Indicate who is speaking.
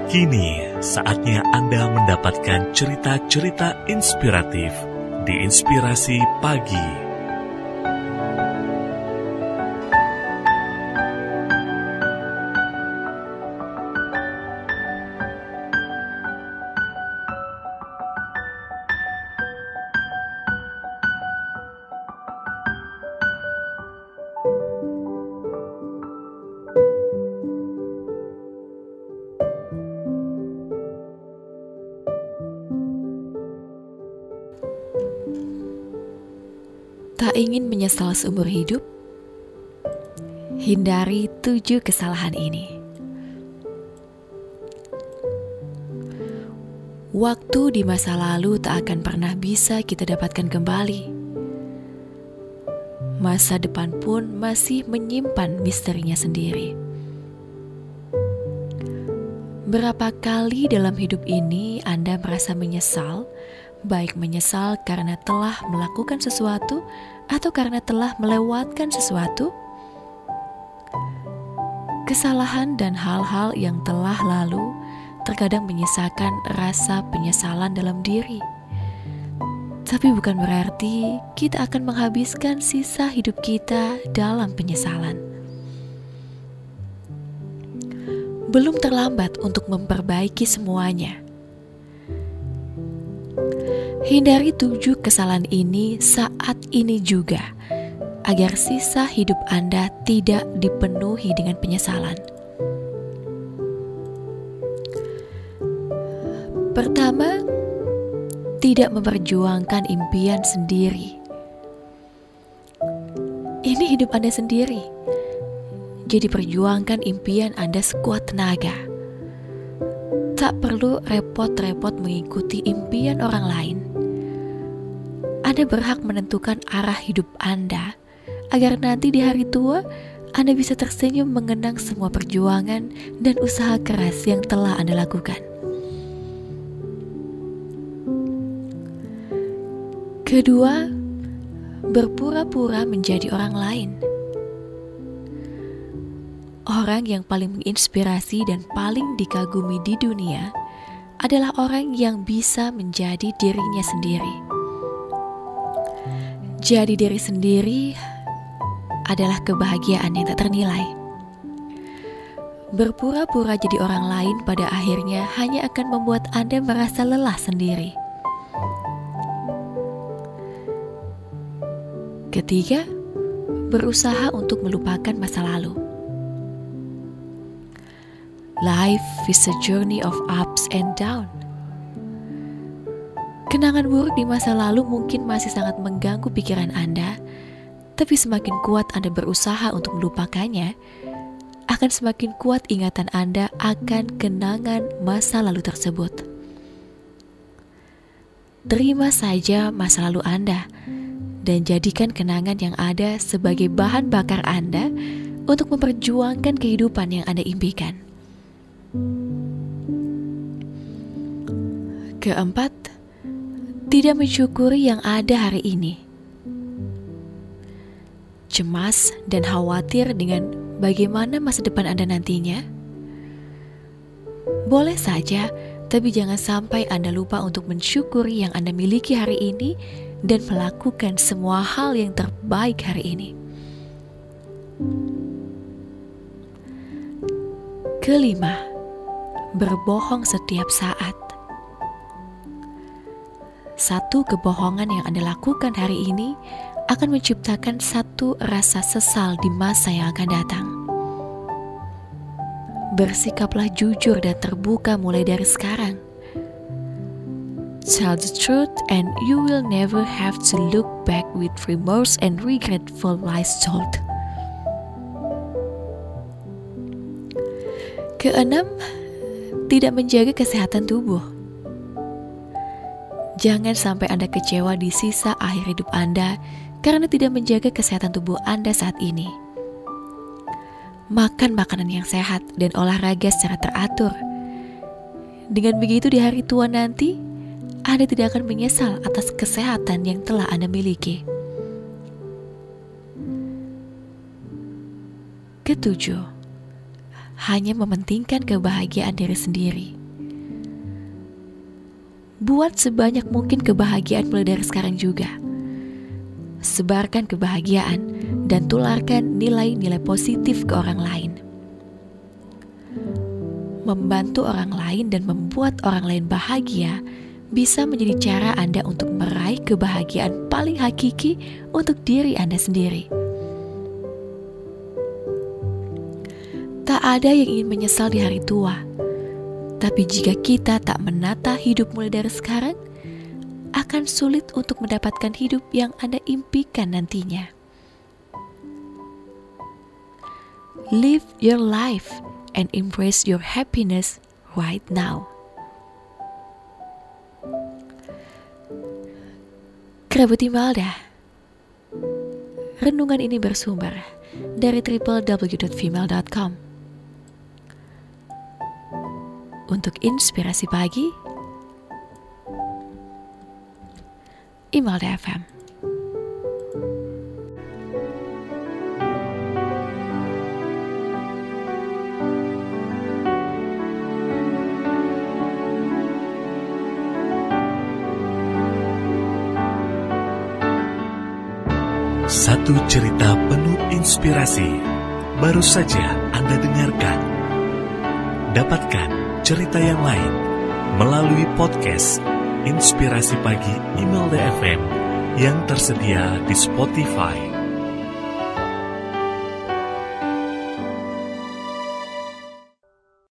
Speaker 1: Kini saatnya Anda mendapatkan cerita-cerita inspiratif di Inspirasi Pagi.
Speaker 2: Tak ingin menyesal seumur hidup? Hindari 7 kesalahan ini. Waktu di masa lalu tak akan pernah bisa kita dapatkan kembali. Masa depan pun masih menyimpan misterinya sendiri. Berapa kali dalam hidup ini Anda merasa menyesal? Baik menyesal karena telah melakukan sesuatu atau karena telah melewatkan sesuatu. Kesalahan dan hal-hal yang telah lalu terkadang menyisakan rasa penyesalan dalam diri. Tapi bukan berarti kita akan menghabiskan sisa hidup kita dalam penyesalan. Belum terlambat untuk memperbaiki semuanya. Hindari 7 kesalahan ini saat ini juga, agar sisa hidup Anda tidak dipenuhi dengan penyesalan. Pertama, tidak memperjuangkan impian sendiri. Ini hidup Anda sendiri, jadi perjuangkan impian Anda sekuat tenaga. Tak perlu repot-repot mengikuti impian orang lain. Anda berhak menentukan arah hidup Anda, agar nanti di hari tua Anda bisa tersenyum mengenang semua perjuangan dan usaha keras yang telah Anda lakukan. Kedua, berpura-pura menjadi orang lain. Orang yang paling menginspirasi dan paling dikagumi di dunia adalah orang yang bisa menjadi dirinya sendiri. Jadi diri sendiri adalah kebahagiaan yang tak ternilai. Berpura-pura jadi orang lain pada akhirnya hanya akan membuat Anda merasa lelah sendiri. Ketiga, berusaha untuk melupakan masa lalu. Life is a journey of ups and downs. Kenangan buruk di masa lalu mungkin masih sangat mengganggu pikiran Anda, tapi semakin kuat Anda berusaha untuk melupakannya, akan semakin kuat ingatan Anda akan kenangan masa lalu tersebut. Terima saja masa lalu Anda, dan jadikan kenangan yang ada sebagai bahan bakar Anda untuk memperjuangkan kehidupan yang Anda impikan. Keempat, tidak mensyukuri yang ada hari ini. Cemas dan khawatir dengan bagaimana masa depan Anda nantinya? Boleh saja, tapi jangan sampai Anda lupa untuk mensyukuri yang Anda miliki hari ini dan melakukan semua hal yang terbaik hari ini. Kelima, berbohong setiap saat. Satu kebohongan yang Anda lakukan hari ini akan menciptakan satu rasa sesal di masa yang akan datang. Bersikaplah jujur dan terbuka mulai dari sekarang. Tell the truth and you will never have to look back with remorse and regretful lies told. Keenam, tidak menjaga kesehatan tubuh. Jangan sampai Anda kecewa di sisa akhir hidup Anda karena tidak menjaga kesehatan tubuh Anda saat ini. Makan makanan yang sehat dan olahraga secara teratur. Dengan begitu di hari tua nanti, Anda tidak akan menyesal atas kesehatan yang telah Anda miliki. Ketujuh, hanya mementingkan kebahagiaan diri sendiri. Buat sebanyak mungkin kebahagiaan mulai dari sekarang juga. Sebarkan kebahagiaan dan tularkan nilai-nilai positif ke orang lain. Membantu orang lain dan membuat orang lain bahagia bisa menjadi cara Anda untuk meraih kebahagiaan paling hakiki untuk diri Anda sendiri. Tak ada yang ingin menyesal di hari tua, tapi jika kita tak menata hidup mulai dari sekarang, akan sulit untuk mendapatkan hidup yang Anda impikan nantinya. Live your life and embrace your happiness right now. Kerabat Imelda. Renungan ini bersumber dari www.female.com. Untuk inspirasi pagi, Imelda FM.
Speaker 1: Satu cerita penuh inspirasi baru saja Anda dengarkan. Dapatkan cerita yang lain melalui podcast Inspirasi Pagi Imelda FM yang tersedia di Spotify.